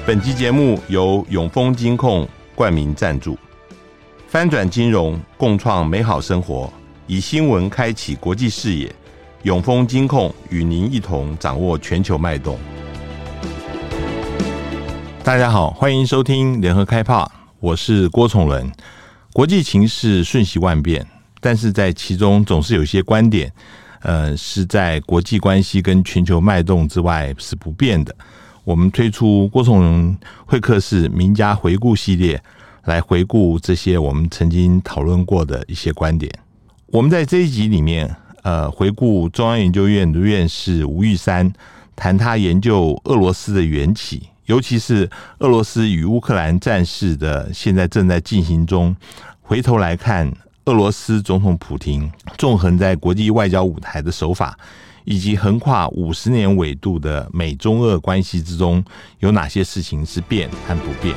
本期节目由永丰金控冠名赞助，翻转金融，共创美好生活，以新闻开启国际视野。永丰金控与您一同掌握全球脉动。大家好，欢迎收听联合开炮，我是郭崇伦。国际情势瞬息万变，但是在其中总是有一些观点，是在国际关系跟全球脉动之外是不变的。我们推出郭崇伦会客室名家回顾系列，来回顾这些我们曾经讨论过的一些观点。我们在这一集里面，回顾中央研究院的院士吴玉山，谈他研究俄罗斯的缘起，尤其是俄罗斯与乌克兰战事的现在正在进行中。回头来看，俄罗斯总统普亭纵横在国际外交舞台的手法，以及横跨50年纬度的美中俄关系之中，有哪些事情是变和不变？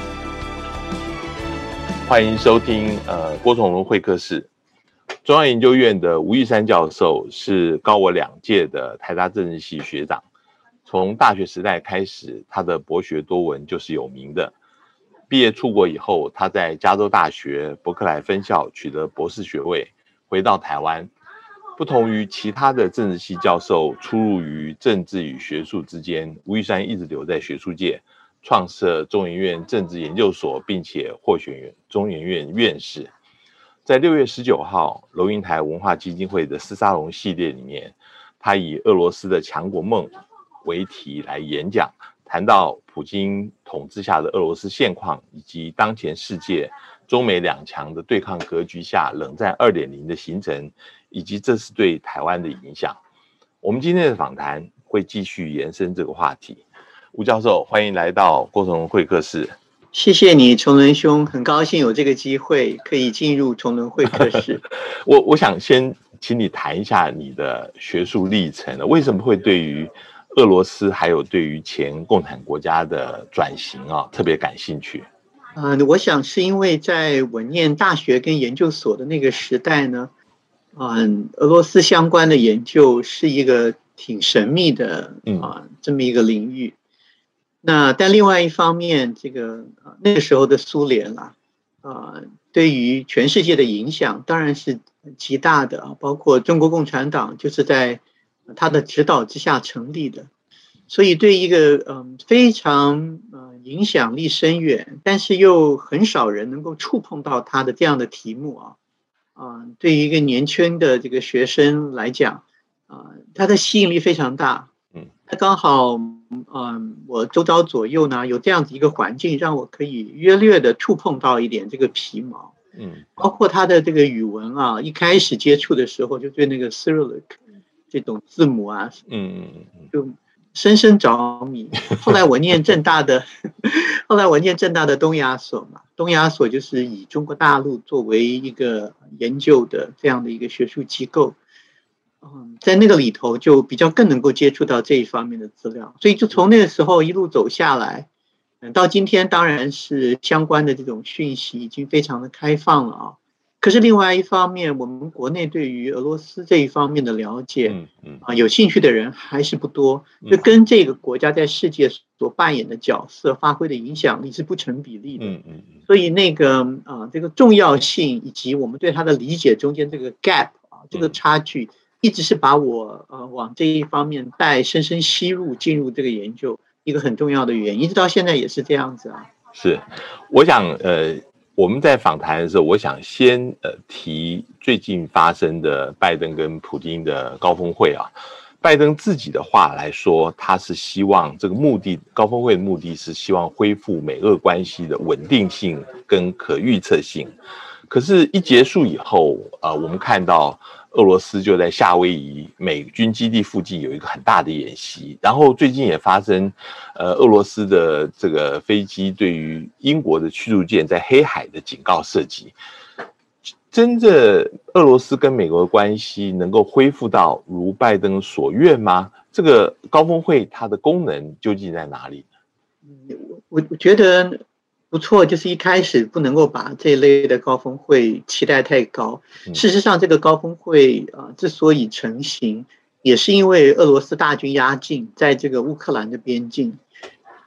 欢迎收听郭崇伦会客室。中央研究院的吴玉山教授是高我2届的台大政治系学长，从大学时代开始，他的博学多闻就是有名的。毕业出国以后，他在加州大学伯克莱分校取得博士学位，回到台湾。不同于其他的政治系教授出入于政治与学术之间，吴玉山一直留在学术界，创设中研院政治研究所，并且获选中研院院士。在6月19号龙应台文化基金会的斯沙龙系列里面，他以俄罗斯的强国梦为题来演讲，谈到普京统治下的俄罗斯现况，以及当前世界中美两强的对抗格局下冷战 2.0 的形成，以及这是对台湾的影响。我们今天的访谈会继续延伸这个话题。吴教授，欢迎来到郭崇伦会客室。 谢谢你，崇伦兄，很高兴有这个机会可以进入崇伦会客室。 我想先请你谈一下你的学术历程，为什么会对于俄罗斯还有对于前共产国家的转型特别感兴趣？ 我想是因为在我念大学跟研究所的那个时代呢，俄罗斯相关的研究是一个挺神秘的这么一个领域。但另外一方面，那个时候的苏联对于全世界的影响当然是极大的，包括中国共产党就是在他的指导之下成立的，所以对一个非常影响力深远，但是又很少人能够触碰到他的这样的题目对于一个年轻的这个学生来讲他的吸引力非常大。他刚好我周遭左右呢有这样子一个环境，让我可以约略的触碰到一点这个皮毛。包括他的这个语文一开始接触的时候就对那个 Cyrillic 这种字母就深深着迷。后来我念政大的东亚所嘛，东亚所就是以中国大陆作为一个研究的这样的一个学术机构。在那个里头就比较更能够接触到这一方面的资料，所以就从那个时候一路走下来，到今天当然是相关的这种讯息已经非常的开放了可是另外一方面，我们国内对于俄罗斯这一方面的了解有兴趣的人还是不多，就跟这个国家在世界所扮演的角色发挥的影响力是不成比例的。所以这个重要性以及我们对它的理解中间这个 gap 这个差距一直是把我往这一方面深深吸入进入这个研究一个很重要的原因，一直到现在也是这样子是，我想我们在访谈的时候，我想先提最近发生的拜登跟普丁的高峰会拜登自己的话来说，他是希望这个高峰会的目的是希望恢复美俄关系的稳定性跟可预测性。可是一结束以后我们看到俄罗斯就在夏威夷美军基地附近有一个很大的演习，然后最近也发生俄罗斯的这个飞机对于英国的驱逐舰在黑海的警告射击。真正俄罗斯跟美国的关系能够恢复到如拜登所愿吗？这个高峰会它的功能究竟在哪里呢？ 我觉得不错，就是一开始不能够把这一类的高峰会期待太高。事实上，这个高峰会之所以成型，也是因为俄罗斯大军压境，在这个乌克兰的边境。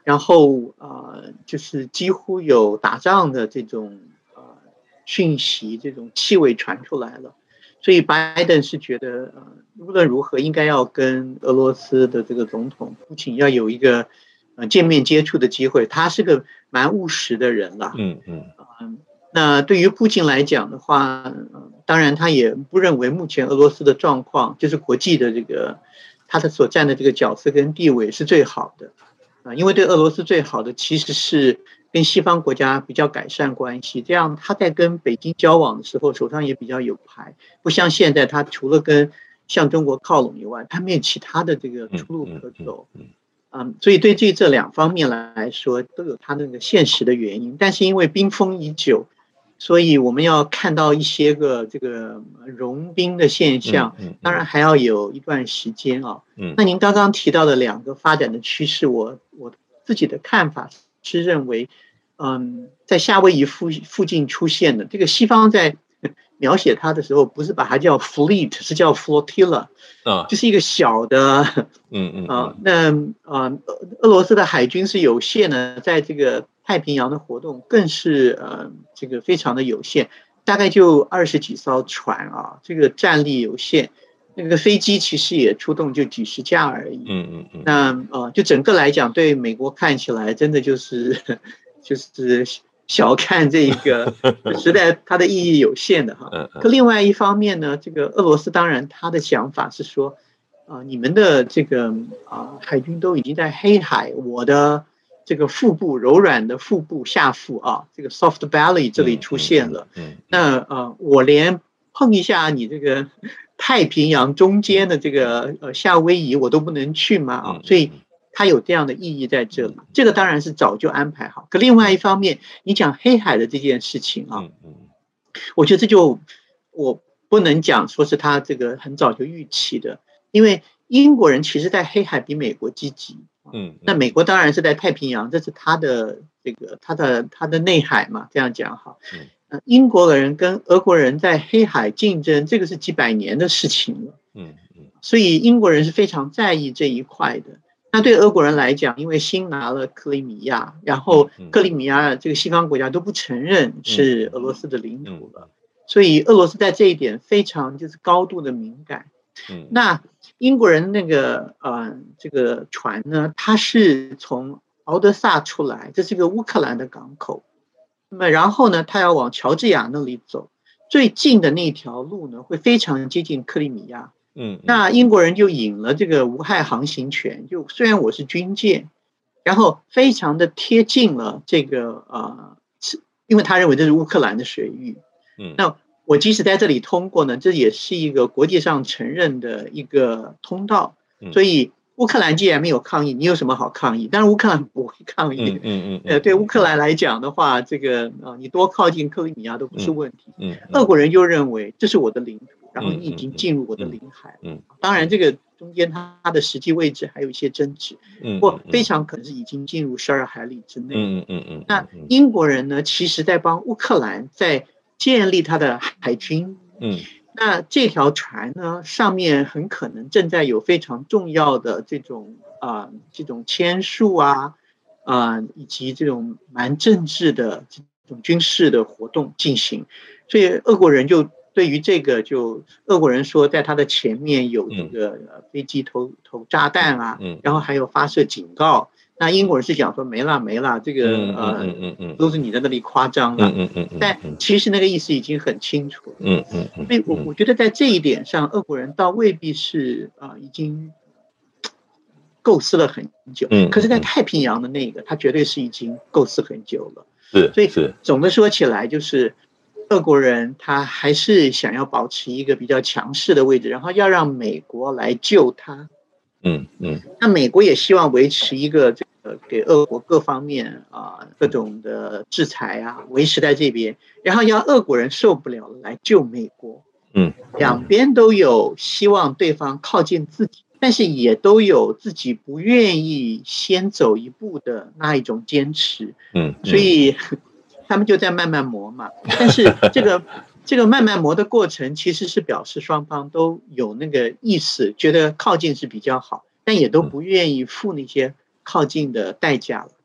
然后就是几乎有打仗的这种讯息，这种气味传出来了。所以拜登是觉得无论如何应该要跟俄罗斯的这个总统普京要有一个见面接触的机会。他是个蛮务实的人啦。那对于普京来讲的话，当然他也不认为目前俄罗斯的状况，就是国际的这个他的所占的这个角色跟地位是最好的。因为对俄罗斯最好的其实是跟西方国家比较改善关系，这样他在跟北京交往的时候手上也比较有牌，不像现在他除了跟向中国靠拢以外，他没有其他的这个出路可走。所以对这两方面来说都有他那个现实的原因，但是因为冰封已久，所以我们要看到一些个这个融冰的现象，当然还要有一段时间啊。那您刚刚提到的两个发展的趋势，我自己的看法是认为，在夏威夷附近出现的这个西方在描写它的时候，不是把它叫 fleet， 是叫 flotilla，就是一个小的，那俄罗斯的海军是有限的，在这个太平洋的活动更是这个非常的有限，大概就20几艘船啊，这个战力有限，那个飞机其实也出动就几十架而已。那就整个来讲，对美国看起来真的就是小看这个时代，它的意义有限的哈。可另外一方面呢，这个俄罗斯当然他的想法是说，你们的这个海军都已经在黑海，我的这个腹部柔软的腹部下腹这个 soft belly 这里出现了。那我连碰一下你这个太平洋中间的这个夏威夷我都不能去嘛所以它有这样的意义在这里。这个当然是早就安排好。可另外一方面，你讲黑海的这件事情我觉得这就我不能讲说是他这个很早就预期的，因为英国人其实在黑海比美国积极。那美国当然是在太平洋，这是他的这个他的内海嘛，这样讲好。英国人跟俄国人在黑海竞争，这个是几百年的事情了。所以英国人是非常在意这一块的。那对俄国人来讲，因为新拿了克里米亚，然后克里米亚这个西方国家都不承认是俄罗斯的领土了，所以俄罗斯在这一点非常就是高度的敏感。那英国人那个这个船呢，它是从敖德萨出来，这是个乌克兰的港口。那么然后呢，他要往乔治亚那里走，最近的那条路呢，会非常接近克里米亚。那英国人就引了这个无害航行权，就虽然我是军舰，然后非常的贴近了这个因为他认为这是乌克兰的水域。那我即使在这里通过呢，这也是一个国际上承认的一个通道，所以乌克兰既然没有抗议，你有什么好抗议？当然乌克兰不会抗议。对乌克兰来讲的话，这个你多靠近克里米亚都不是问题。俄国人就认为这是我的领土，然后你已经进入我的领海。当然这个中间它的实际位置还有一些争执，不过非常可能是已经进入12海里之内。那英国人呢，其实在帮乌克兰在建立他的海军。那这条船呢，上面很可能正在有非常重要的这种签署以及这种蛮政治的这种军事的活动进行。所以俄国人就对于这个俄国人说，在他的前面有这个飞机投炸弹然后还有发射警告。那英国人是讲说没啦，这个都是你在那里夸张了。但其实那个意思已经很清楚了。所以我觉得在这一点上，俄国人倒未必是已经构思了很久。可是在太平洋的那个，他绝对是已经构思很久了。所以总的说起来，就是俄国人他还是想要保持一个比较强势的位置，然后要让美国来救他。那美国也希望维持一个这个给俄国各方面各种的制裁维持在这边，然后要俄国人受不了了来救美国。两边都有希望对方靠近自己，但是也都有自己不愿意先走一步的那一种坚持。所以他们就在慢慢磨嘛。但是这个慢慢磨的过程其实是表示双方都有那个意思，觉得靠近是比较好，但也都不愿意付那些靠近的代价了。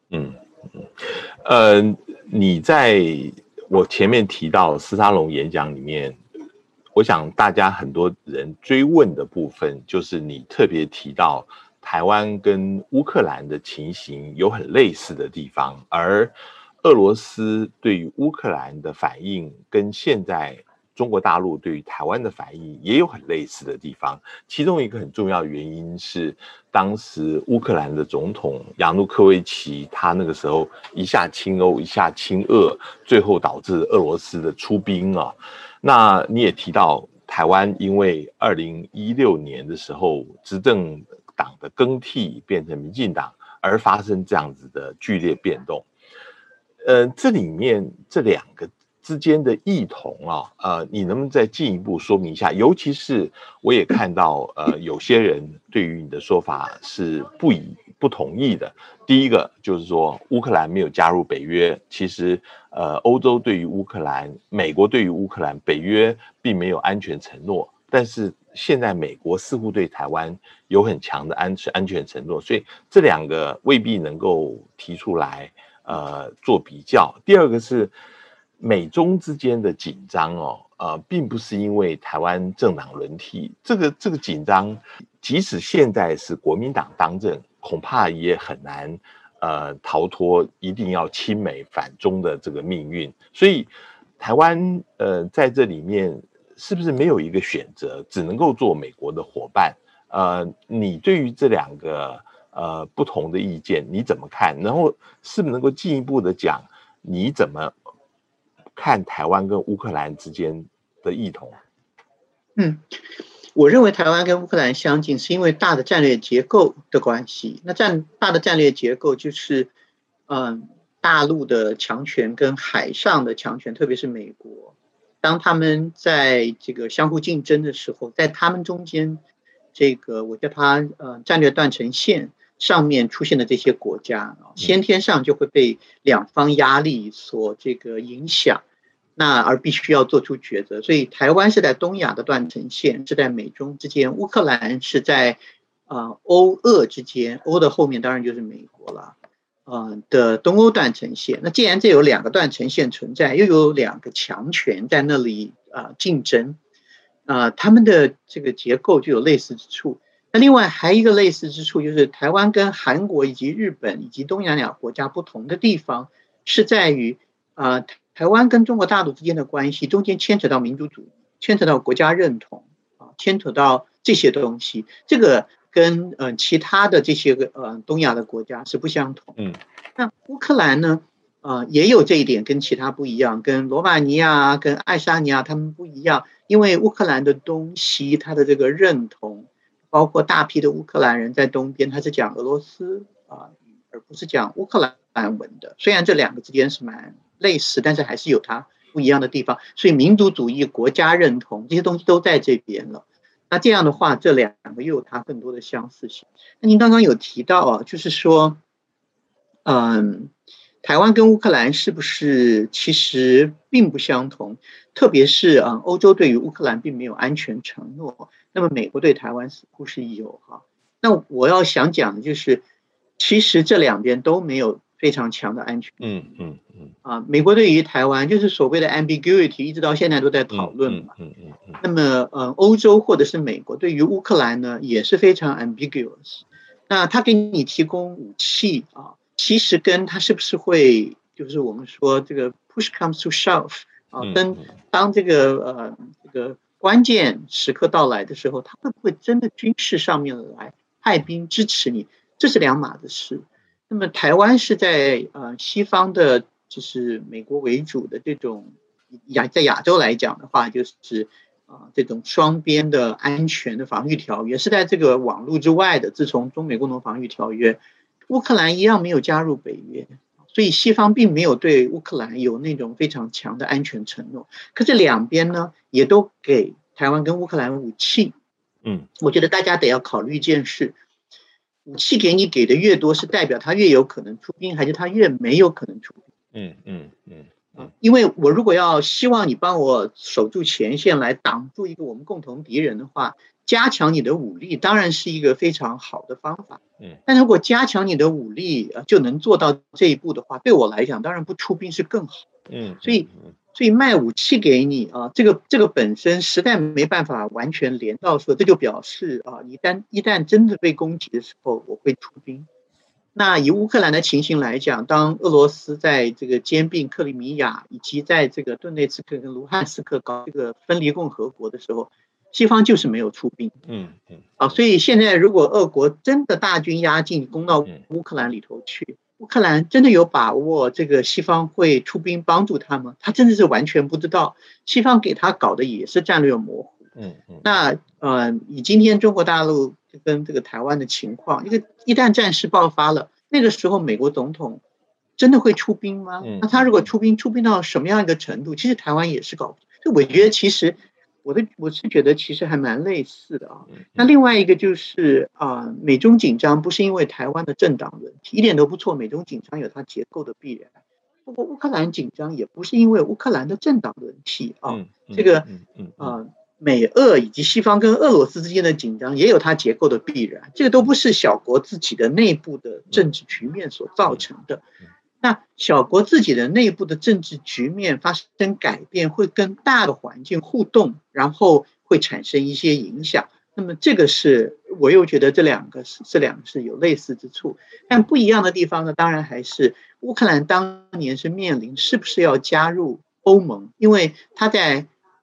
嗯你在我前面提到斯沙龙演讲里面，我想大家很多人追问的部分，就是你特别提到台湾跟乌克兰的情形有很类似的地方，而俄罗斯对于乌克兰的反应跟现在中国大陆对于台湾的反应也有很类似的地方。其中一个很重要的原因是，当时乌克兰的总统亚努科维奇他那个时候一下亲欧一下亲俄，最后导致俄罗斯的出兵啊。那你也提到台湾因为2016年的时候执政党的更替变成民进党而发生这样子的剧烈变动。这里面这两个之间的异同你能不能再进一步说明一下？尤其是我也看到有些人对于你的说法是不同意的。第一个就是说乌克兰没有加入北约，其实欧洲对于乌克兰，美国对于乌克兰，北约并没有安全承诺，但是现在美国似乎对台湾有很强的安全承诺，所以这两个未必能够提出来做比较。第二个是美中之间的紧张并不是因为台湾政党轮替，这个紧张，即使现在是国民党当政，恐怕也很难逃脱一定要亲美反中的这个命运。所以台湾在这里面是不是没有一个选择，只能够做美国的伙伴？你对于这两个不同的意见你怎么看？然后是不是能够进一步的讲你怎么看台湾跟乌克兰之间的异同？ 我认为台湾跟乌克兰相近是因为大的战略结构的关系。那大的战略结构就是大陆的强权跟海上的强权，特别是美国，当他们在这个相互竞争的时候，在他们中间这个我叫它战略断层线上面出现的这些国家先天上就会被两方压力所这个影响，那而必须要做出抉择。所以台湾是在东亚的断层线，是在美中之间，乌克兰是在欧俄之间，欧的后面当然就是美国了的东欧断层线。那既然这有两个断层线存在，又有两个强权在那里竞争他们的这个结构就有类似之处。那另外还有一个类似之处，就是台湾跟韩国以及日本以及东南亚国家不同的地方是在于台湾跟中国大陆之间的关系中间牵扯到民族主义，牵扯到国家认同牵扯到这些东西，这个跟其他的这些个东亚的国家是不相同。那乌克兰呢也有这一点跟其他不一样，跟罗马尼亚跟爱沙尼亚他们不一样，因为乌克兰的东西它的这个认同，包括大批的乌克兰人在东边他是讲俄罗斯而不是讲乌克兰文的。虽然这两个之间是蛮类似，但是还是有它不一样的地方，所以民族主义、国家认同这些东西都在这边了。那这样的话，这两个又有它更多的相似性。那您刚刚有提到就是说台湾跟乌克兰是不是其实并不相同，特别是欧洲对于乌克兰并没有安全承诺，那么美国对台湾似乎是有那我要想讲的就是其实这两边都没有非常强的安全美国对于台湾就是所谓的 ambiguity 一直到现在都在讨论嘛那么欧洲或者是美国对于乌克兰呢也是非常 ambiguous。 那他给你提供武器其实跟他是不是会就是我们说这个 push comes to shove 跟当这个关键时刻到来的时候，他会不会真的军事上面来派兵支持你，这是两码的事。那么台湾是在西方的就是美国为主的这种在亚洲来讲的话，就是这种双边的安全的防御条约是在这个网络之外的。自从中美共同防御条约，乌克兰一样没有加入北约，所以西方并没有对乌克兰有那种非常强的安全承诺。可是两边呢也都给台湾跟乌克兰武器我觉得大家得要考虑一件事，武器给的越多，是代表他越有可能出兵，还是他越没有可能出兵因为我如果要希望你帮我守住前线来挡住一个我们共同敌人的话，加强你的武力当然是一个非常好的方法。但如果加强你的武力就能做到这一步的话，对我来讲当然不出兵是更好。所以卖武器给你这个本身实在没办法完全连到说，这就表示一旦真的被攻击的时候，我会出兵。那以乌克兰的情形来讲，当俄罗斯在这个兼并克里米亚以及在这个顿内茨克跟卢汉斯克搞这个分离共和国的时候，西方就是没有出兵。所以现在如果俄国真的大军压境攻到乌克兰里头去，乌克兰真的有把握这个西方会出兵帮助他吗？他真的是完全不知道，西方给他搞的也是战略模糊。那以今天中国大陆跟这个台湾的情况，一旦战事爆发了，那个时候美国总统真的会出兵吗？那他如果出兵到什么样一个程度，其实台湾也是搞不懂。所以我觉得其实我是觉得其实还蛮类似的那另外一个就是美中紧张不是因为台湾的政党问题，一点都不错，美中紧张有它结构的必然。不过乌克兰紧张也不是因为乌克兰的政党问题这个美俄以及西方跟俄罗斯之间的紧张也有它结构的必然，这个都不是小国自己的内部的政治局面所造成的。那小国自己的内部的政治局面发生改变，会跟大的环境互动，然后会产生一些影响。那么这个是我又觉得这两个是有类似之处，但不一样的地方呢，当然还是乌克兰当年是面临是不是要加入欧盟，因为他在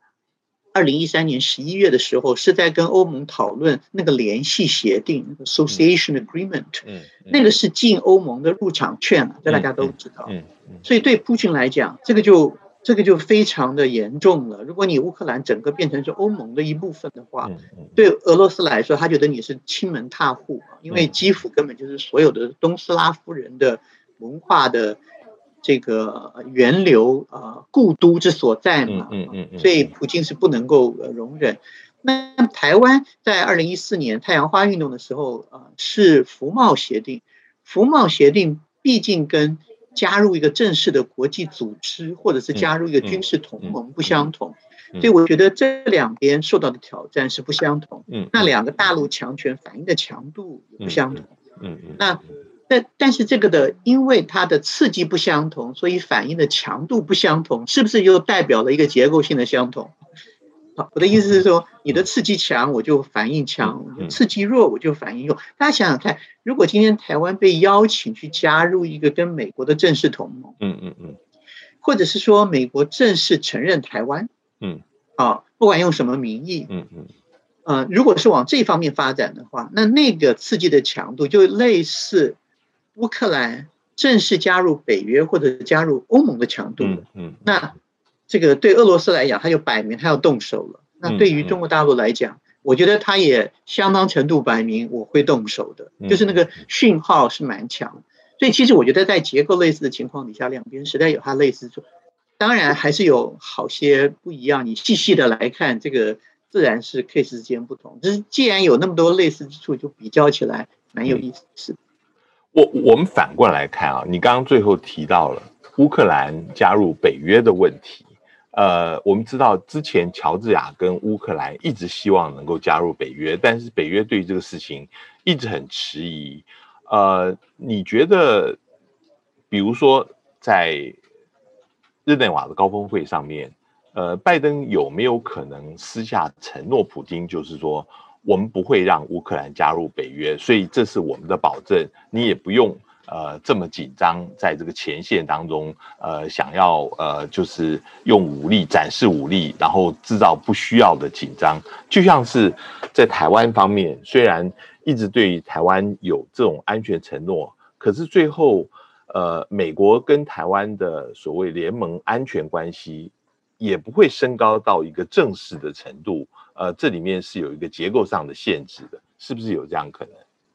2013年11月的时候是在跟欧盟讨论那个联系协定，那个 Association Agreement，那个是进欧盟的入场券这大家都知道。所以对普京来讲，这个就非常的严重了。如果你乌克兰整个变成是欧盟的一部分的话，对俄罗斯来说，他觉得你是亲门踏户，因为基辅根本就是所有的东斯拉夫人的文化的这个源流故都之所在嘛，所以普京是不能够容忍。那台湾在2014年太阳花运动的时候是服贸协定，服贸协定毕竟跟加入一个正式的国际组织或者是加入一个军事同盟不相同，所以我觉得这两边受到的挑战是不相同。那两个大陆强权反应的强度也不相同。但是这个的，因为它的刺激不相同，所以反应的强度不相同，是不是又代表了一个结构性的相同？我的意思是说，你的刺激强，我就反应强；你的刺激弱，我就反应弱。大家想想看，如果今天台湾被邀请去加入一个跟美国的正式同盟，或者是说美国正式承认台湾，不管用什么名义，如果是往这方面发展的话，那个刺激的强度就类似乌克兰正式加入北约或者加入欧盟的强度。那这个对俄罗斯来讲，他就摆明他要动手了。那对于中国大陆来讲，我觉得他也相当程度摆明我会动手的，就是那个讯号是蛮强。所以其实我觉得在结构类似的情况底下，两边实在有它类似处，当然还是有好些不一样。你细细的来看，这个自然是 case 之间不同。就是既然有那么多类似之处，就比较起来蛮有意思。 我们反过来看你刚刚最后提到了乌克兰加入北约的问题。我们知道之前乔治亚跟乌克兰一直希望能够加入北约，但是北约对这个事情一直很迟疑。你觉得，比如说在日内瓦的高峰会上面，拜登有没有可能私下承诺普京，就是说我们不会让乌克兰加入北约，所以这是我们的保证，你也不用这么紧张，在这个前线当中，想要就是用武力展示武力，然后制造不需要的紧张。就像是在台湾方面，虽然一直对台湾有这种安全承诺，可是最后美国跟台湾的所谓联盟安全关系也不会升高到一个正式的程度。这里面是有一个结构上的限制的，是不是有这样可能？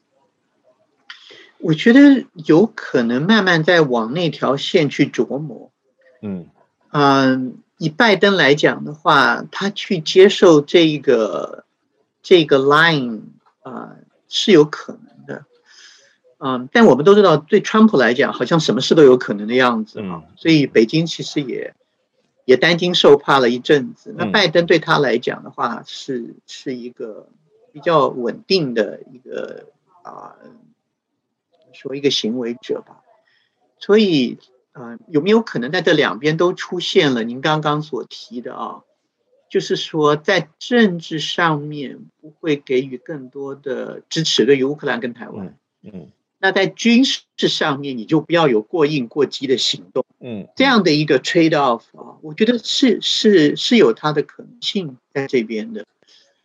我觉得有可能慢慢在往那条线去琢磨。以拜登来讲的话，他去接受这个 line 是有可能的。 但我们都知道，对川普来讲，好像什么事都有可能的样子啊，所以北京其实也担惊受怕了一阵子。那拜登对他来讲的话，是一个比较稳定的一个说一个行为者吧。所以有没有可能在这两边都出现了您刚刚所提的就是说在政治上面不会给予更多的支持对于乌克兰跟台湾，那在军事上面你就不要有过硬过激的行动，这样的一个 trade off 我觉得是有它的可能性在这边的，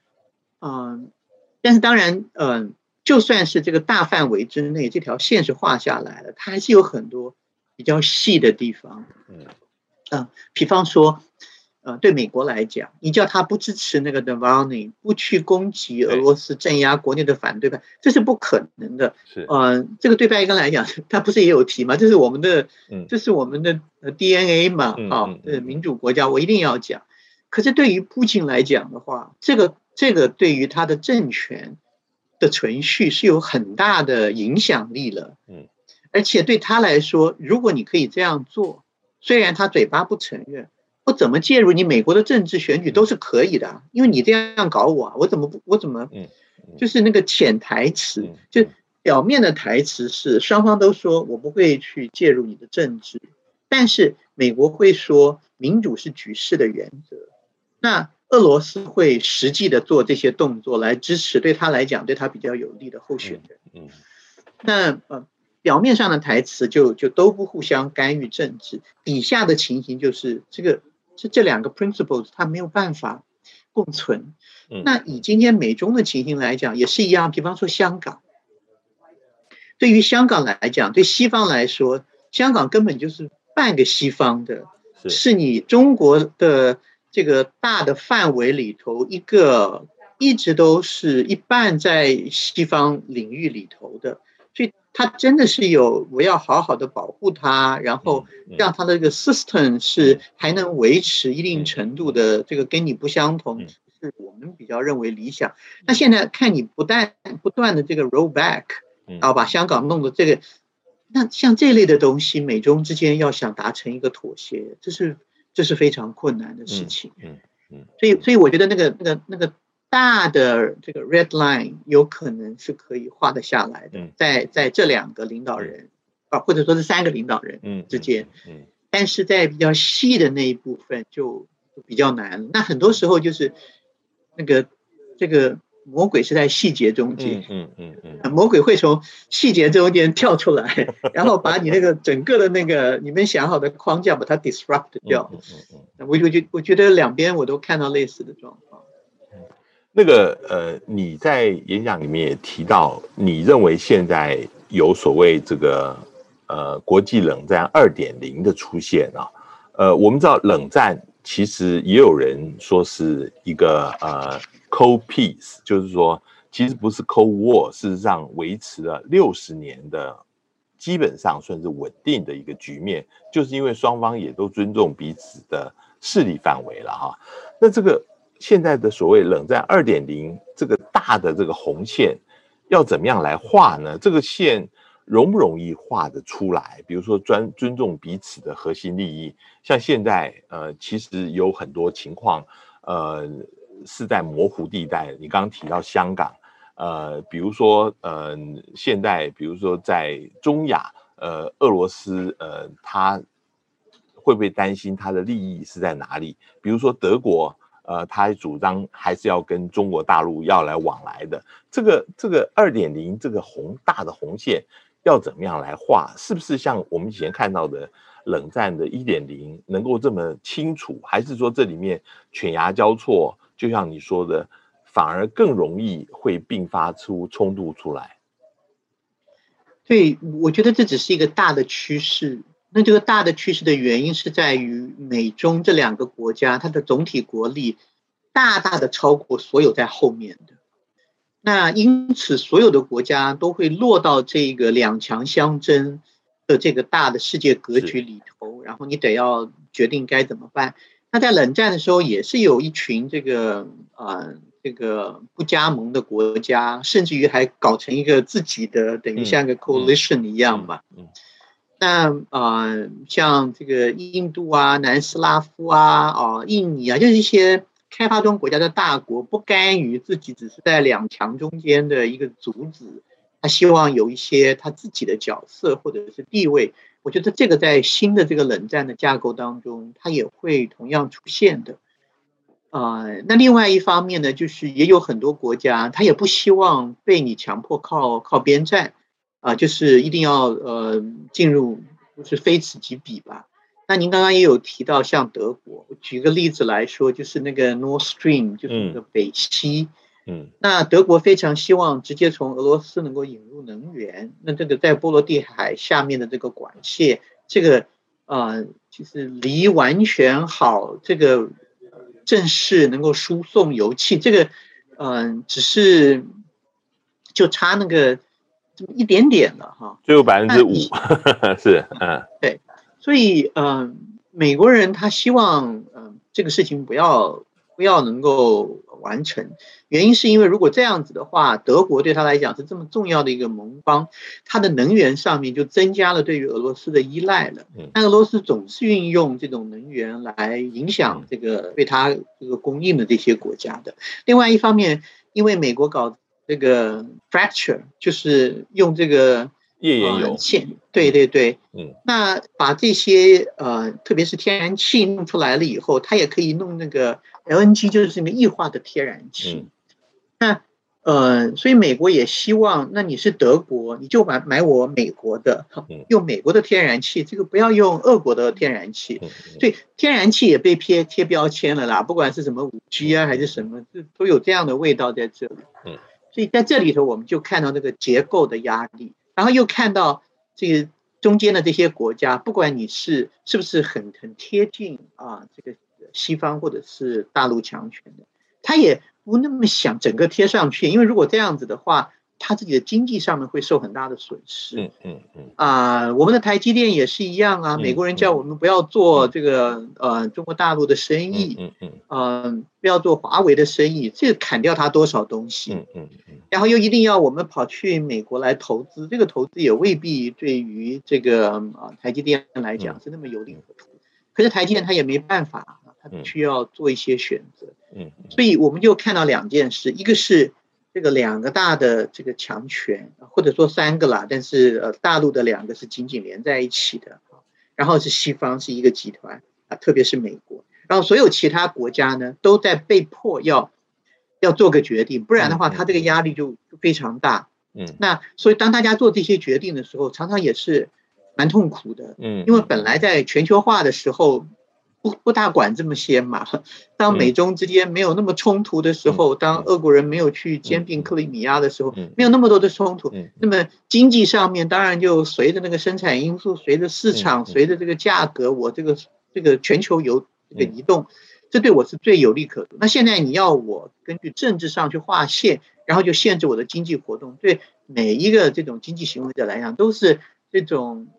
但是当然就算是这个大范围之内这条线是画下来了，它还是有很多比较细的地方，比方说对美国来讲，你叫他不支持那个 Navalny， 不去攻击俄罗斯镇压国内的反对派，这是不可能的。这个对拜登来讲，他不是也有提吗？这是我们的DNA 嘛，民主国家我一定要讲。可是对于普京来讲的话，这个对于他的政权的存续是有很大的影响力了。而且对他来说，如果你可以这样做，虽然他嘴巴不承认，我怎么介入你美国的政治选举都是可以的，因为你这样搞我怎么就是那个潜台词，就表面的台词是双方都说我不会去介入你的政治，但是美国会说民主是局势的原则，那俄罗斯会实际的做这些动作来支持对他来讲对他比较有利的候选人。那表面上的台词就都不互相干预政治，底下的情形就是这两个 principles 它没有办法共存。那以今天美中的情形来讲也是一样，比方说香港，对于香港来讲，对西方来说，香港根本就是半个西方的，是你中国的这个大的范围里头一个一直都是一半在西方领域里头的，所以它真的是有我要好好的保护它，然后让它的这个 system 是还能维持一定程度的这个跟你不相同，是我们比较认为理想。那现在看你不断的这个 roll back，把香港弄得这个，那像这类的东西，美中之间要想达成一个妥协，这是非常困难的事情。所以我觉得那个大的这个 red line 有可能是可以画得下来的，在这两个领导人或者说是三个领导人之间，但是在比较细的那一部分就比较难。那很多时候就是这个魔鬼是在细节中间，魔鬼会从细节中间跳出来，然后把你那个整个的那个你们想好的框架把它 disrupt 掉。我觉得两边我都看到类似的状况。 那个你在演讲里面也提到，你认为现在有所谓这个国际冷战 2.0 的出现我们知道冷战其实也有人说是一个cold peace， 就是说其实不是 cold war， 事实上维持了60年的基本上算是稳定的一个局面，就是因为双方也都尊重彼此的势力范围了哈。那这个现在的所谓冷战 2.0 这个大的这个红线要怎么样来画呢？这个线容不容易画得出来？比如说尊重彼此的核心利益，像现在其实有很多情况是在模糊地带。你刚刚提到香港，比如说现在比如说在中亚，俄罗斯他会不会担心他的利益是在哪里？比如说德国。他主张还是要跟中国大陆要来往来的，这个2.0这个大的红线要怎么样来画？是不是像我们以前看到的冷战的 1.0 能够这么清楚？还是说这里面犬牙交错，就像你说的，反而更容易会并发出冲突出来？ 对，我觉得这只是一个大的趋势。那这个大的趋势的原因是在于美中这两个国家，它的总体国力大大的超过所有在后面的。那因此，所有的国家都会落到这个两强相争的这个大的世界格局里头，然后你得要决定该怎么办。那在冷战的时候，也是有一群这个这个不加盟的国家，甚至于还搞成一个自己的等于像一个 coalition 一样嘛。那像这个印度啊、南斯拉夫啊、印尼啊，就是一些开发中国家的大国，不甘于自己只是在两强中间的一个卒子，他希望有一些他自己的角色或者是地位。我觉得这个在新的这个冷战的架构当中，它也会同样出现的。那另外一方面呢，就是也有很多国家，他也不希望被你强迫靠边站。就是一定要进入，就是非此即彼吧。那您刚刚也有提到，像德国，我举个例子来说，就是那个 Nord Stream， 就是那个北溪。那德国非常希望直接从俄罗斯能够引入能源。那这个在波罗的海下面的这个管线，这个就是离完全好这个正式能够输送油气，这个只是就差那个。一点点了哈， 最后5%是对，所以美国人他希望这个事情不要能够完成，原因是因为如果这样子的话，德国对他来讲是这么重要的一个盟邦，他的能源上面就增加了对于俄罗斯的依赖了。那俄罗斯总是运用这种能源来影响这个对他这个供应的这些国家的。另外一方面，因为美国搞这个 fracture 就是用这个页岩油， 对，那把这些特别是天然气弄出来了以后，它也可以弄那个 LNG， 就是那个液化的天然气。那所以美国也希望，那你是德国，你就买我美国的，用美国的天然气，这个不要用俄国的天然气。所以天然气也被贴标签了啦，不管是什么5G 啊还是什么，都有这样的味道在这里。所以在这里头，我们就看到这个结构的压力，然后又看到这个中间的这些国家，不管你是不是很贴近这个西方或者是大陆强权的，他也不那么想整个贴上去，因为如果这样子的话，他自己的经济上面会受很大的损失。我们的台积电也是一样啊，美国人叫我们不要做这个中国大陆的生意，不要做华为的生意，这个砍掉他多少东西，然后又一定要我们跑去美国来投资，这个投资也未必对于这个台积电来讲是那么有利可图。可是台积电他也没办法，他必须要做一些选择。所以我们就看到两件事，一个是这个2个大的这个强权，或者说3个啦，但是大陆的2个是紧紧连在一起的，然后是西方是一个集团特别是美国，然后所有其他国家呢都在被迫要做个决定，不然的话他这个压力就非常大。那所以当大家做这些决定的时候，常常也是蛮痛苦的。因为本来在全球化的时候不大管这么些嘛，当美中之间没有那么冲突的时候，当俄国人没有去兼并克里米亚的时候，没有那么多的冲突，那么经济上面当然就随着那个生产因素，随着市场，随着这个价格，我这个全球这个移动，这对我是最有利可图。那现在你要我根据政治上去划线，然后就限制我的经济活动，对每一个这种经济行为者来讲都是这种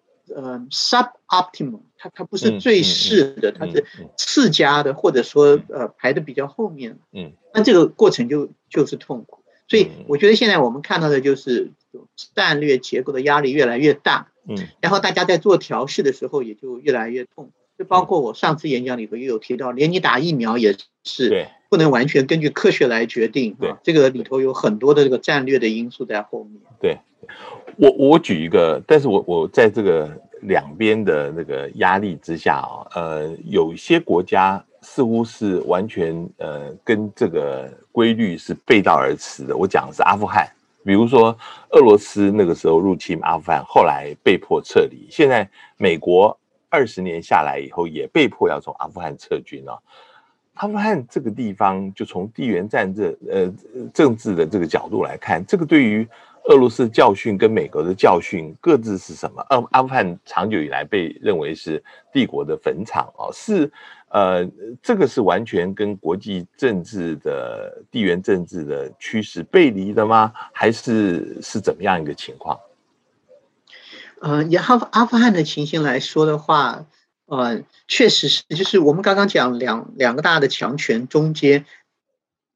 suboptimal， 它不是最适的，它是次佳的，或者说排的比较后面。那这个过程就是痛苦。所以我觉得现在我们看到的就是战略结构的压力越来越大，然后大家在做调试的时候也就越来越痛。就包括我上次演讲里头也有提到，连你打疫苗也是不能完全根据科学来决定，这个里头有很多的这个战略的因素在后面。 对，我举一个，但是我在这个两边的那个压力之下有一些国家似乎是完全跟这个规律是背道而驰的。我讲的是阿富汗，比如说俄罗斯那个时候入侵阿富汗，后来被迫撤离，现在美国20年下来以后也被迫要从阿富汗撤军了。阿富汗这个地方，就从地缘政治的这个角度来看，这个对于俄罗斯的教训跟美国的教训各自是什么？阿富汗长久以来被认为是帝国的坟场是这个是完全跟国际政治的地缘政治的趋势背离的吗？还是怎么样一个情况？ 以阿富汗的情形来说的话，确实是，就是我们刚刚讲两个大的强权中间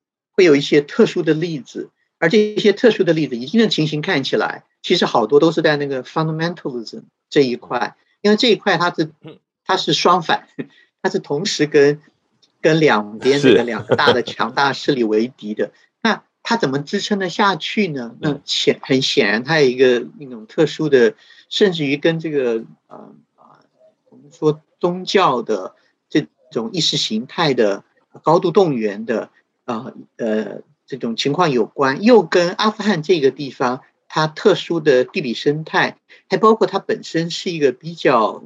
会有一些特殊的例子，而这些特殊的例子，以今天的情形看起来，其实好多都是在那个 fundamentalism 这一块，因为这一块它是双反，它是同时跟两边这个两个大的强大势力为敌的。那它怎么支撑得下去呢？那很显然，它有一个那种特殊的，甚至于跟这个我们说宗教的这种意识形态的高度动员的这种情况有关，又跟阿富汗这个地方它特殊的地理生态，还包括它本身是一个比较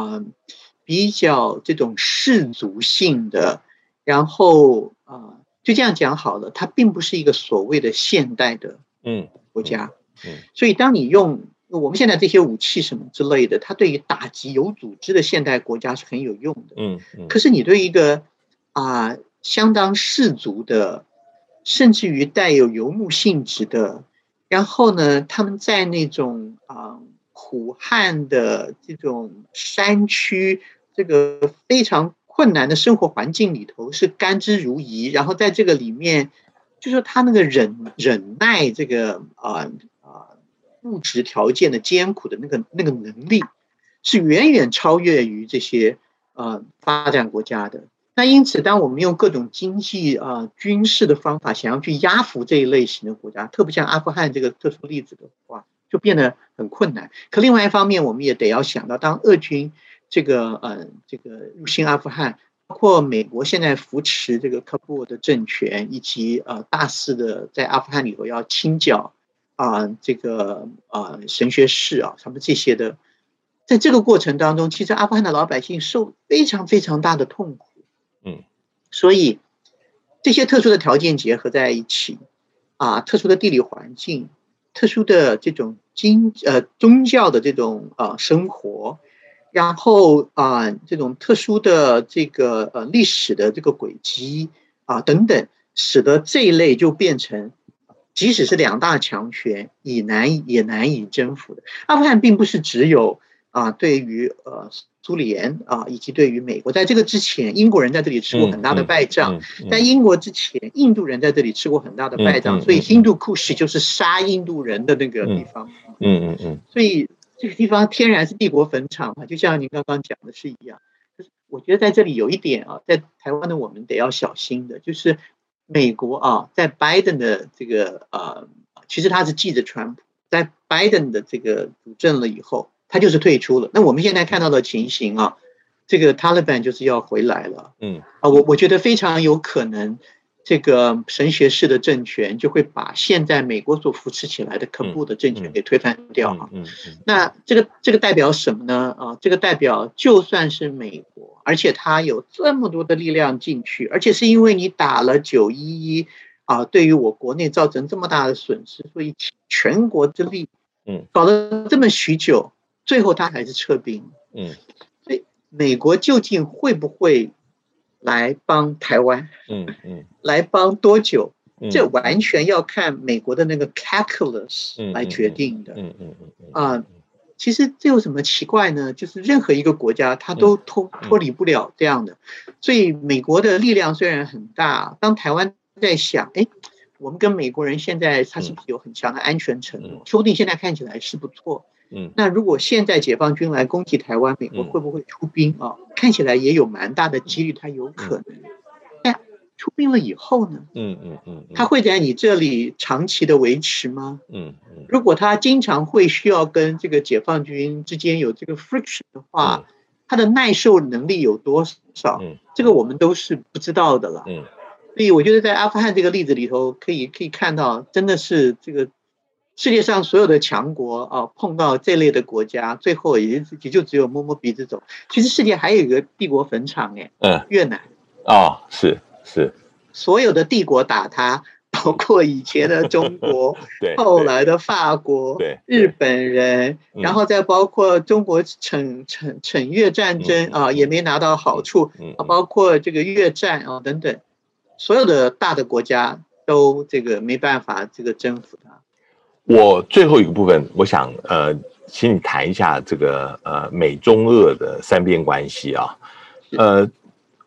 这种氏族性的，然后就这样讲好了，它并不是一个所谓的现代的国家，所以当你用我们现在这些武器什么之类的，它对于打击有组织的现代国家是很有用的。可是你对一个相当氏族的，甚至于带有游牧性质的，然后呢，他们在那种苦旱的这种山区，这个非常困难的生活环境里头是甘之如饴，然后在这个里面，就说他那个忍耐这个物质条件的艰苦的那个能力，是远远超越于这些发展国家的。那因此，当我们用各种经济军事的方法想要去压服这一类型的国家，特别像阿富汗这个特殊例子的话，就变得很困难。可另外一方面，我们也得要想到，当俄军这个入侵阿富汗，包括美国现在扶持这个喀布尔的政权，以及大肆的在阿富汗里头要清剿这个神学士他们这些的，在这个过程当中，其实阿富汗的老百姓受非常非常大的痛苦。所以这些特殊的条件结合在一起特殊的地理环境，特殊的这种宗教的这种生活，然后这种特殊的这个历史的这个轨迹等等，使得这一类就变成即使是两大强权也难以征服的。阿富汗并不是只有对于苏联以及对于美国，在这个之前，英国人在这里吃过很大的败仗。在英国之前，印度人在这里吃过很大的败仗，所以印度库什就是杀印度人的那个地方。所以这个地方天然是帝国坟场就像您刚刚讲的是一样。就是我觉得在这里有一点在台湾的我们得要小心的，就是美国在拜登的这个其实他是记着川普，在拜登的这个主政了以后，他就是退出了。那我们现在看到的情形这个 Taliban 就是要回来了。我觉得非常有可能，这个神学式的政权就会把现在美国所扶持起来的喀布尔的政权给推翻掉那这个代表什么呢？这个代表就算是美国，而且他有这么多的力量进去，而且是因为你打了911对于我国内造成这么大的损失，所以全国之力搞了这么许久，最后他还是撤兵。所以美国究竟会不会来帮台湾？来帮多久？这完全要看美国的那个 calculus 来决定的。其实这有什么奇怪呢？就是任何一个国家它都脱离不了这样的。所以美国的力量虽然很大，当台湾在想，我们跟美国人现在他是不是有很强的安全承诺？说不定现在看起来是不错。那如果现在解放军来攻击台湾，美国会不会出兵看起来也有蛮大的几率，它有可能。但出兵了以后呢？他会在你这里长期的维持吗？如果他经常会需要跟这个解放军之间有这个 friction 的话，他的耐受能力有多少？这个我们都是不知道的了。所以我觉得在阿富汗这个例子里头，可以看到，真的是这个世界上所有的强国碰到这类的国家，最后也就只有摸摸鼻子走。其实世界还有一个帝国坟场越南是所有的帝国打它，包括以前的中国后来的法国日本人然后再包括中国惩越战争也没拿到好处包括这个越战等等，所有的大的国家都这个没办法这个征服它。 我最后一个部分，我想请你谈一下这个美中俄的三边关系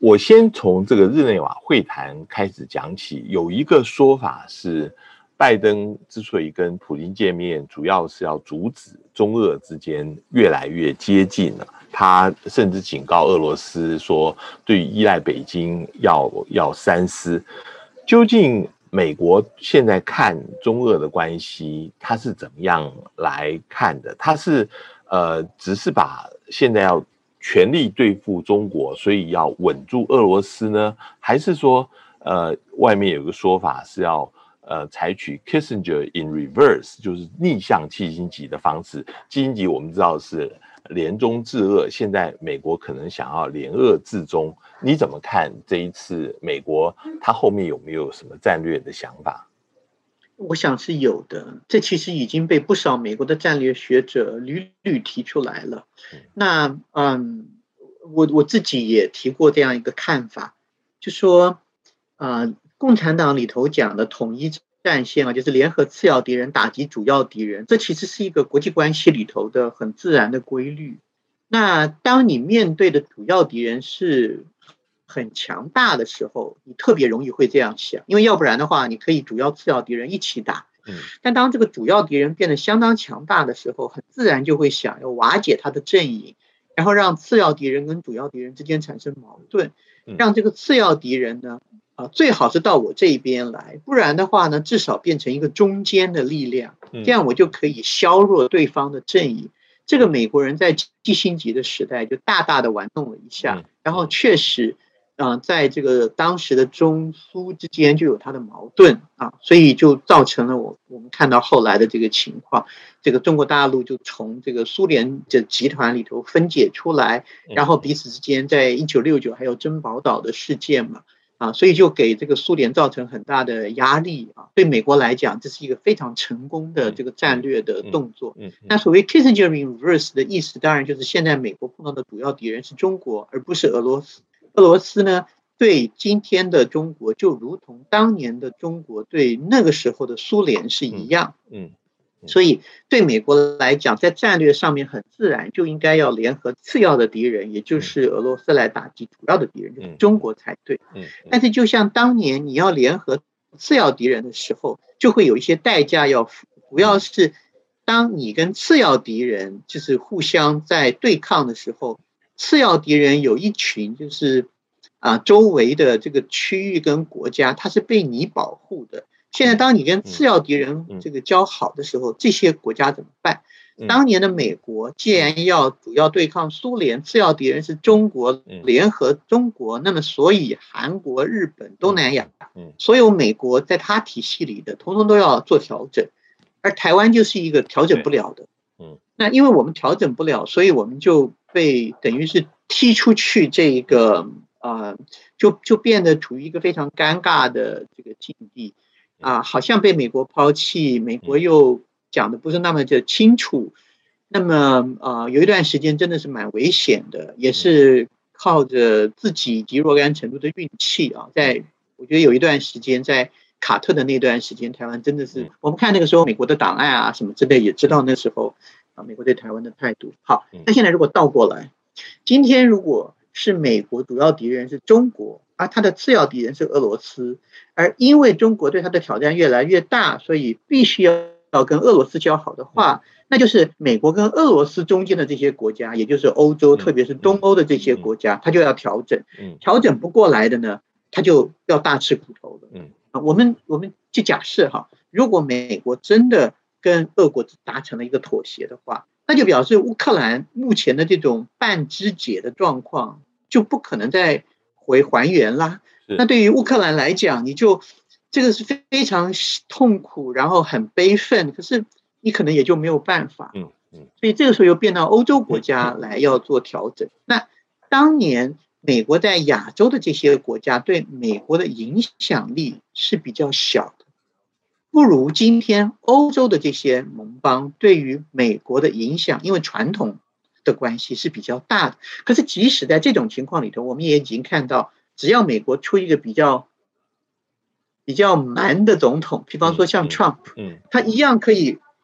我先从这个日内瓦会谈开始讲起。有一个说法是，拜登之所以跟普京见面，主要是要阻止中俄之间越来越接近了。他甚至警告俄罗斯说，对于依赖北京要三思。究竟美国现在看中俄的关系，他是怎么样来看的？他是只是把现在要全力对付中国，所以要稳住俄罗斯呢？还是说外面有个说法是要采取 Kissinger in reverse， 就是逆向基辛格的方式。基辛格我们知道是联中制俄，现在美国可能想要联俄制中。你怎么看这一次美国它后面有没有什么战略的想法？ 我想是有的，这其实已经被不少美国的战略学者屡屡提出来了。那我自己也提过这样一个看法，就说共产党里头讲的统一战线啊，就是联合次要敌人打击主要敌人，这其实是一个国际关系里头的很自然的规律。那当你面对的主要敌人是很强大的时候，你特别容易会这样想，因为要不然的话，你可以主要次要敌人一起打。但当这个主要敌人变得相当强大的时候，很自然就会想要瓦解他的阵营，然后让次要敌人跟主要敌人之间产生矛盾，让这个次要敌人呢，最好是到我这一边来，不然的话呢，至少变成一个中间的力量，这样我就可以削弱对方的阵营。这个美国人在基辛格的时代就大大的玩弄了一下，然后确实在这个当时的中苏之间就有它的矛盾所以就造成了我们看到后来的这个情况，这个中国大陆就从这个苏联的集团里头分解出来，然后彼此之间在1969还有珍宝岛的事件嘛，所以就给这个苏联造成很大的压力对美国来讲，这是一个非常成功的这个战略的动作。那所谓 Kissinger in reverse 的意思，当然就是现在美国碰到的主要敌人是中国，而不是俄罗斯。俄罗斯呢，对今天的中国就如同当年的中国对那个时候的苏联是一样。所以对美国来讲，在战略上面很自然就应该要联合次要的敌人，也就是俄罗斯来打击主要的敌人，就是中国才对。但是就像当年你要联合次要敌人的时候，就会有一些代价要付，主要是当你跟次要敌人就是互相在对抗的时候，次要敌人有一群就是周围的这个区域跟国家，它是被你保护的。现在当你跟次要敌人这个交好的时候，这些国家怎么办？当年的美国既然要主要对抗苏联，次要敌人是中国，联合中国，那么所以韩国、日本、东南亚，所有美国在他体系里的统统都要做调整，而台湾就是一个调整不了的。那因为我们调整不了，所以我们就被等于是踢出去这个就变得处于一个非常尴尬的这个境地好像被美国抛弃，美国又讲的不是那么的清楚。那么有一段时间真的是蛮危险的，也是靠着自己极若干程度的运气在我觉得有一段时间在卡特的那段时间，台湾真的是我们看那个时候美国的档案什么之类，也知道那时候美国对台湾的态度。好，那现在如果倒过来，今天如果是美国主要敌人是中国，而他的次要敌人是俄罗斯，而因为中国对他的挑战越来越大，所以必须要跟俄罗斯交好的话，那就是美国跟俄罗斯中间的这些国家，也就是欧洲，特别是东欧的这些国家，他就要调整，调整不过来的呢，他就要大吃苦头了。我们就假设如果美国真的跟俄国达成了一个妥协的话，那就表示乌克兰目前的这种半肢解的状况就不可能再还原啦。那对于乌克兰来讲，你就这个是非常痛苦，然后很悲愤，可是你可能也就没有办法。所以这个时候又变到欧洲国家来要做调整。那当年美国在亚洲的这些国家对美国的影响力是比较小的，不如今天欧洲的这些盟邦对于美国的影响，因为传统的关系是比较大的。可是即使在这种情况里头，我们也已经看到，只要美国出一个比较蛮的总统，比方说像 Trump，他一样可以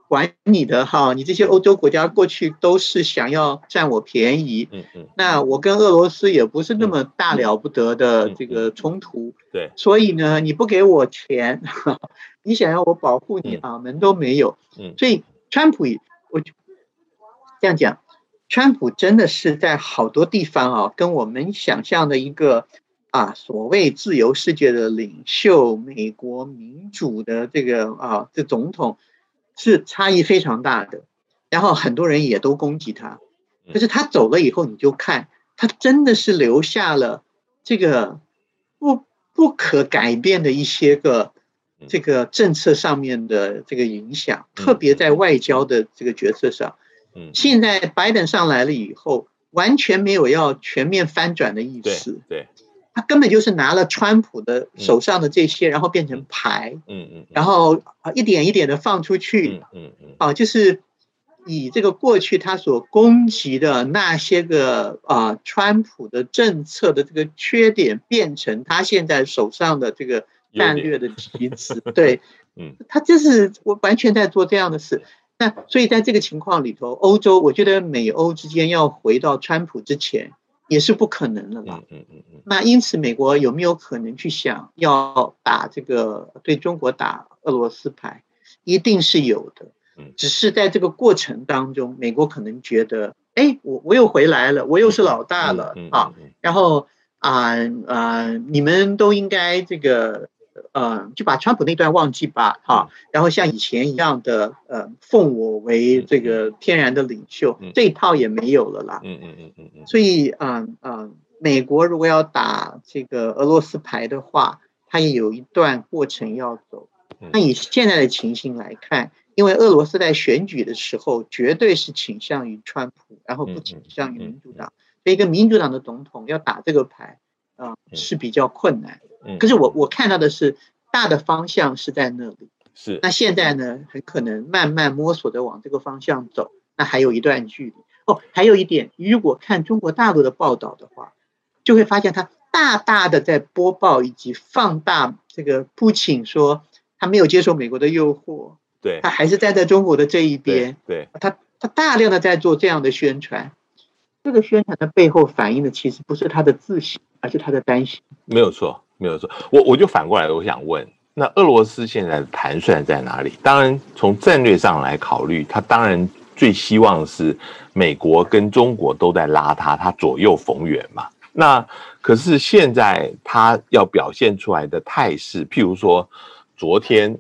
管你的哈，你这些欧洲国家过去都是想要占我便宜，那我跟俄罗斯也不是那么大了不得的这个冲突， 对， 所以呢，你不给我钱，你想要我保护你啊，门都没有，所以川普，我这样讲，川普真的是在好多地方啊，跟我们想象的一个所谓自由世界的领袖，美国民主的这总统是差异非常大的，然后很多人也都攻击他，可是他走了以后，你就看他真的是留下了这个不可改变的一些个这个政策上面的这个影响，特别在外交的这个决策上。现在拜登上来了以后，完全没有要全面翻转的意思。 对， 他根本就是拿了川普的手上的这些，然后变成牌，然后一点一点的放出去，就是以这个过去他所攻击的那些个川普的政策的这个缺点，变成他现在手上的这个战略的棋子。对，他就是完全在做这样的事。那所以在这个情况里头，欧洲我觉得美欧之间要回到川普之前也是不可能的了。那因此美国有没有可能去想要打这个对中国打俄罗斯牌，一定是有的。只是在这个过程当中，美国可能觉得我又回来了，我又是老大了然后你们都应该这个就把川普那段忘记吧然后像以前一样的奉我为这个天然的领袖，这一套也没有了啦。所以美国如果要打这个俄罗斯牌的话，它也有一段过程要走。那以现在的情形来看，因为俄罗斯在选举的时候绝对是倾向于川普，然后不倾向于民主党，所以一个民主党的总统要打这个牌是比较困难。可是我看到的是大的方向是在那里，是那现在呢很可能慢慢摸索的往这个方向走，那还有一段距离。还有一点，如果看中国大陆的报道的话，就会发现他大大的在播报以及放大这个普京说他没有接受美国的诱惑，对，他还是站在中国的这一边，对，他大量的在做这样的宣传。这个宣传的背后反映的其实不是他的自信，而是他的担心。没有错。我就反过来，我想问，那俄罗斯现在的盘算在哪里？当然，从战略上来考虑，他当然最希望是美国跟中国都在拉他左右逢源嘛。那可是现在他要表现出来的态势，譬如说昨天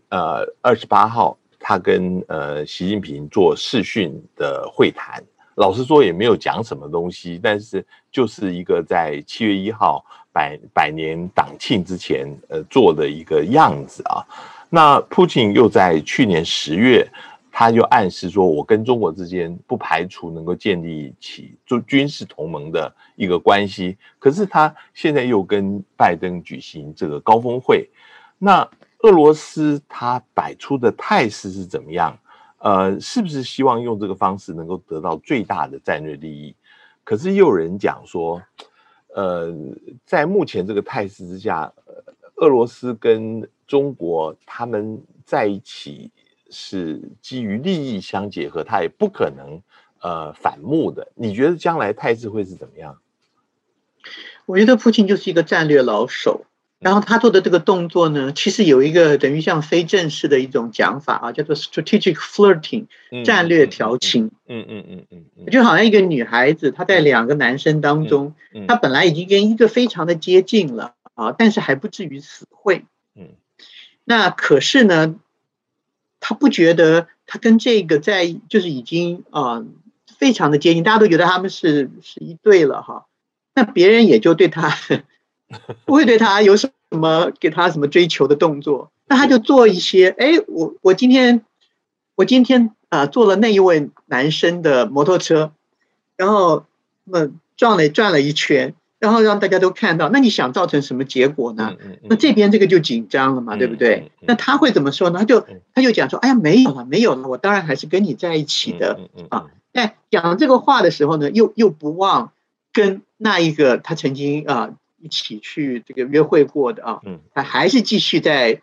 28号他跟习近平做视讯的会谈，老实说也没有讲什么东西，但是就是一个在7月1号百年党庆之前做的一个样子啊。那普京又在去年10月，他就暗示说，我跟中国之间不排除能够建立起做军事同盟的一个关系。可是他现在又跟拜登举行这个高峰会，那俄罗斯他摆出的态势是怎么样？是不是希望用这个方式能够得到最大的战略利益？可是又有人讲说，在目前这个态势之下，俄罗斯跟中国他们在一起是基于利益相结合，他也不可能反目的。你觉得将来态势会是怎么样？我觉得普京就是一个战略老手，然后他做的这个动作呢，其实有一个等于像非正式的一种讲法叫做 strategic flirting， 战略调情。就好像一个女孩子，她在2个男生当中，她本来已经跟一个非常的接近了但是还不至于死会。那可是呢，她不觉得她跟这个就是已经非常的接近，大家都觉得他们是一对了那别人也就对她不会对他有什么给他什么追求的动作，那他就做一些我今天坐了那一位男生的摩托车，然后转了一圈，然后让大家都看到，那你想造成什么结果呢？那这边这个就紧张了嘛，对不对？那他会怎么说呢？他就讲说，哎呀没有了，我当然还是跟你在一起的但讲这个话的时候呢，又不忘跟那一个他曾经一起去这个约会过的他还是继续在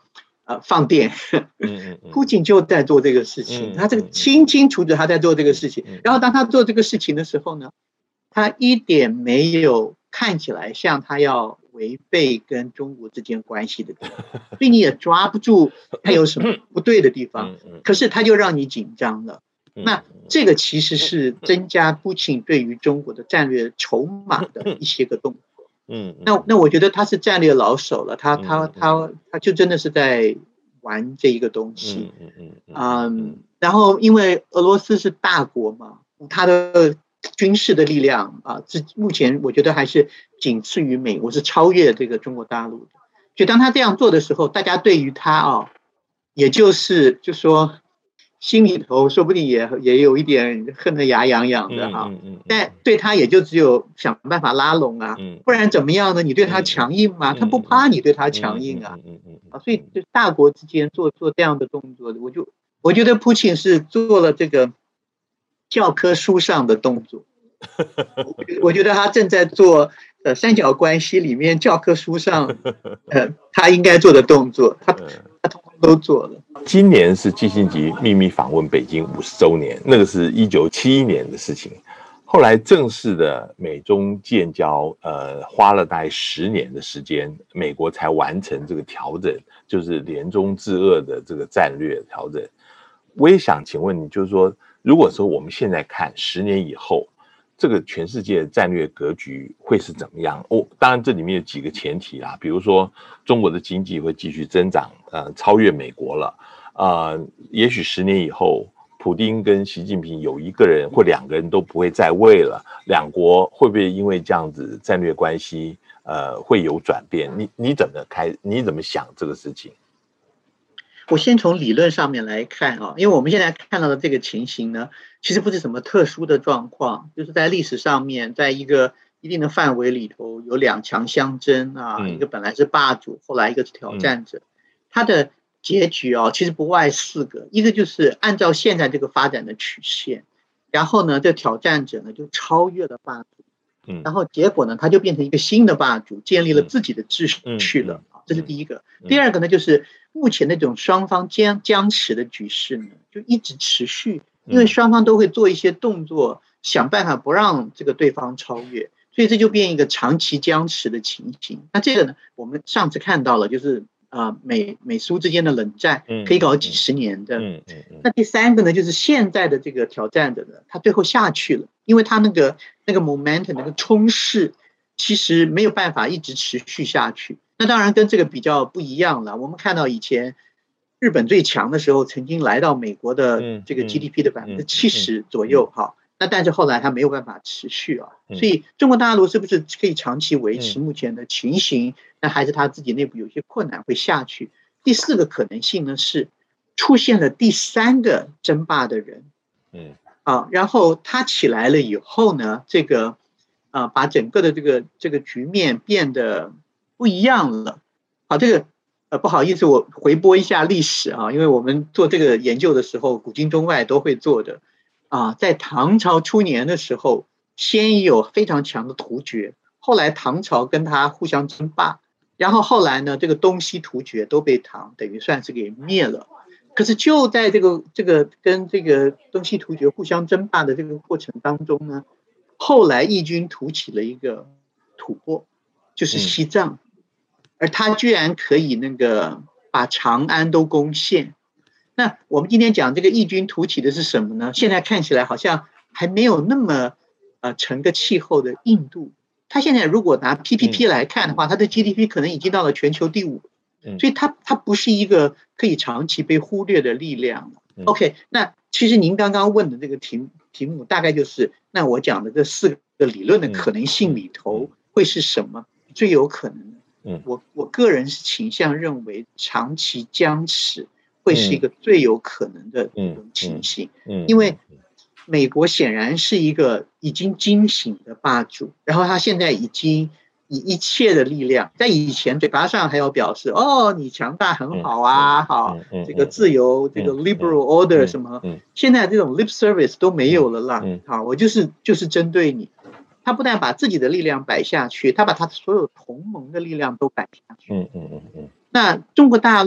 放电，普京就在做这个事情，他这个清清楚楚他在做这个事情。然后当他做这个事情的时候呢，他一点没有看起来像他要违背跟中国之间关系的地方，所以你也抓不住他有什么不对的地方，可是他就让你紧张了。那这个其实是增加普京对于中国的战略筹码的一些个动作。那我觉得他是战略老手了，他就真的是在玩这一个东西。然后因为俄罗斯是大国嘛，他的军事的力量目前我觉得还是仅次于美国，是超越这个中国大陆的。所以当他这样做的时候，大家对于他也就说心里头说不定也有一点恨得牙痒痒的但对他也就只有想办法拉拢不然怎么样呢？你对他强硬吗？他不怕你对他强硬所以就大国之间做这样的动作，我觉得普京是做了这个教科书上的动作。我觉得他正在做三角关系里面教科书上他应该做的动作，他通通都做了。 今年是基辛格秘密访问北京50周年，那个是1971年的事情。后来正式的美中建交，花了大概10年的时间，美国才完成这个调整，就是联中制俄的这个战略调整。我也想请问你，就是说，如果说我们现在看10年以后，这个全世界的战略格局会是怎么样？当然这里面有几个前提啦，比如说中国的经济会继续增长，超越美国了，也许10年以后，普丁跟习近平有一个人或2个人都不会在位了，两国会不会因为这样子战略关系，会有转变？你怎么想这个事情？ 我先从理论上面来看因为我们现在看到的这个情形呢，其实不是什么特殊的状况，就是在历史上面，在一个一定的范围里头，有2强相争一个本来是霸主，后来一个是挑战者，它的结局其实不外4个，一个就是按照现在这个发展的曲线，然后呢，这挑战者呢就超越了霸主，然后结果呢，他就变成一个新的霸主，建立了自己的秩序了。这是第一个。第二个呢，就是目前那种双方僵持的局势呢，就一直持续，因为双方都会做一些动作，想办法不让这个对方超越，所以这就变一个长期僵持的情形。那这个呢，我们上次看到了，就是美苏之间的冷战可以搞几十年的。那第3个呢，就是现在的这个挑战者呢，他最后下去了，因为他那个 momentum 那个冲势，其实没有办法一直持续下去。那当然跟这个比较不一样了。我们看到以前日本最强的时候，曾经来到美国的这个 GDP 的70%左右那但是后来它没有办法持续所以中国大陆是不是可以长期维持目前的情形？那还是他自己内部有些困难会下去。第4个可能性呢是出现了第3个争霸的人，然后他起来了以后呢，这个把整个的这个局面变得不一样了。这个不好意思，我回播一下历史因为我们做这个研究的时候，古今中外都会做的在唐朝初年的时候，先有非常强的突厥，后来唐朝跟他互相争霸，然后后来呢，这个东西突厥都被唐等于算是给灭了。可是就在这个跟这个东西突厥互相争霸的这个过程当中呢，后来义军突起了一个吐蕃，就是西藏，而他居然可以把长安都攻陷。那我们今天讲这个义军突起的是什么呢？现在看起来好像还没有那么成个气候的印度。他现在如果拿 PPP 来看的话，他的 GDP 可能已经到了全球第5，所以他不是一个可以长期被忽略的力量了。OK， 那其实您刚刚问的这个题目大概就是那我讲的这4个理论的可能性里头会是什么最有可能的？我个人是倾向认为长期僵持会是一个最有可能的一种情形，因为美国显然是一个已经惊醒的霸主，然后他现在已经以一切的力量，在以前嘴巴上还要表示你强大很好这个自由这个 liberal order 什么，现在这种 lip service 都没有了啦我就是针对你。他不但把自己的力量摆下去，他把他所有同盟的力量都摆下去。那中国大陆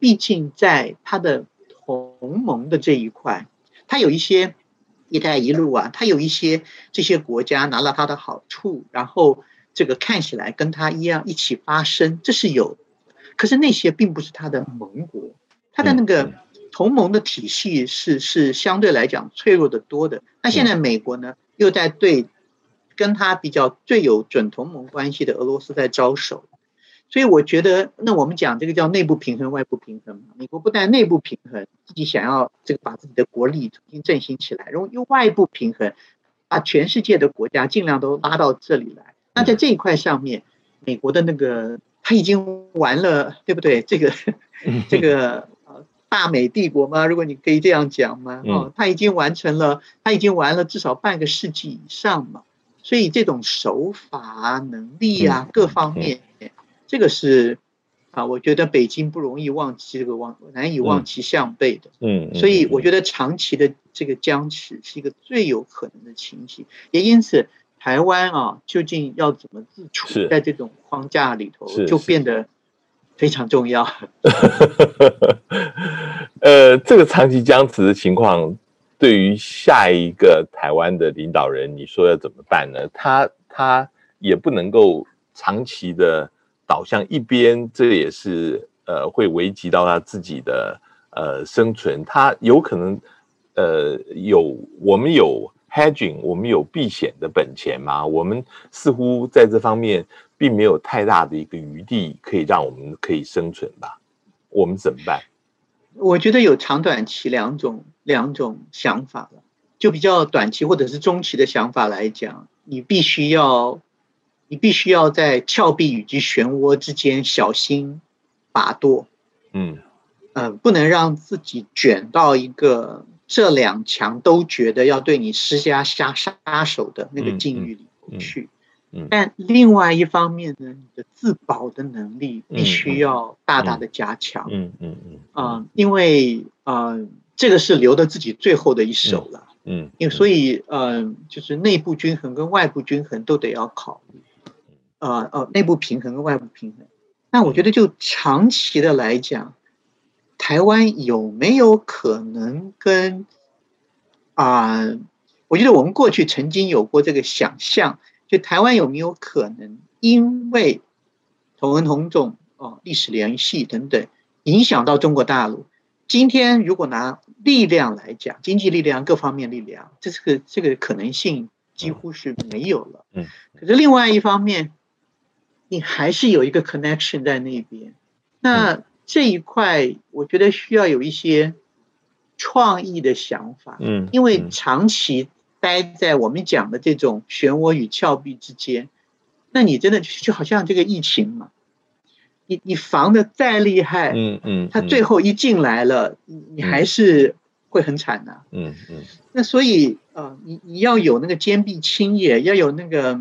毕竟在它的同盟的这一块，它有一些一带一路啊，它有一些这些国家拿了它的好处，然后这个看起来跟它一样一起发声，这是有。可是那些并不是它的盟国，它的那个同盟的体系是相对来讲脆弱的多的。那现在美国呢，又在对跟它比较最有准同盟关系的俄罗斯在招手。所以我觉得，那我们讲这个叫内部平衡、外部平衡嘛。美国不但内部平衡，自己想要这个把自己的国力重新振兴起来，然后又外部平衡，把全世界的国家尽量都拉到这里来。那在这一块上面，美国的那个他已经完了，对不对？这个大美帝国吗？如果你可以这样讲吗？他已经完了至少半个世纪以上嘛。所以这种手法能力啊，各方面。这个是我觉得北京不容易忘记这个难以望其项背的。所以我觉得长期的这个僵持是一个最有可能的情形，也因此台湾究竟要怎么自处在这种框架里头，就变得非常重要。 这个长期僵持的情况，对于下一个台湾的领导人，你说要怎么办呢？他也不能够长期的导向一边，这也是会危及到他自己的生存。他有可能我们有 hedging， 我们有避险的本钱吗？我们似乎在这方面并没有太大的一个余地可以让我们可以生存吧？我们怎么办？ 我觉得有长短期两种想法了。就比较短期或者是中期的想法来讲，你必须要在峭壁以及漩涡之间小心把舵，不能让自己卷到一个这两强都觉得要对你施加杀手的那个境遇里去。但另外一方面呢，你的自保的能力必须要大大的加强。因为这个是留的自己最后的一手了。因为所以就是内部均衡跟外部均衡都得要考虑。内部平衡跟外部平衡。那我觉得就长期的来讲，台湾有没有可能跟我觉得我们过去曾经有过这个想象，就台湾有没有可能因为同文同种历史联系等等影响到中国大陆？今天如果拿力量来讲，经济力量各方面力量，这个可能性几乎是没有了。可是另外一方面，你还是有一个 connection 在那边。那这一块我觉得需要有一些创意的想法。因为长期待在我们讲的这种漩涡与峭壁之间，那你真的就好像这个疫情嘛，你防的再厉害，他最后一进来了，你还是会很惨的。那所以你要有那个坚壁清野，要有那个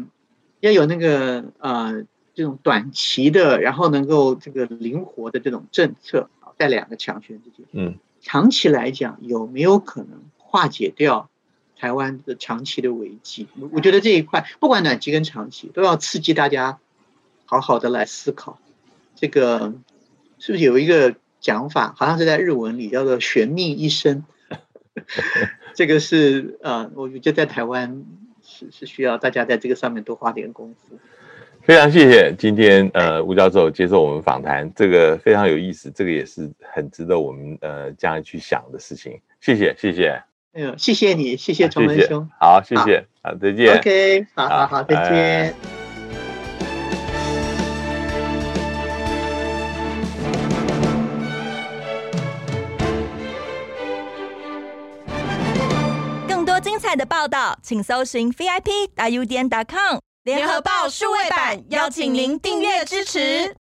这种短期的，然后能够这个灵活的这种政策，在两个强权之间。长期来讲，有没有可能化解掉台湾的长期的危机？我觉得这一块不管短期跟长期，都要刺激大家好好的来思考。这个是不是有一个讲法，好像是在日文里叫做悬命一生？这个是我觉得在台湾是需要大家在这个上面多花点功夫。 非常谢谢今天吴教授接受我们访谈，这个非常有意思，这个也是很值得我们将来去想的事情。谢谢。 谢谢你，谢谢崇文兄。 好，谢谢，好，再见。 OK， 好，再见。 更多精彩的报道，请搜寻 VIP.UDN.com 联合报数位版，邀请您订阅支持。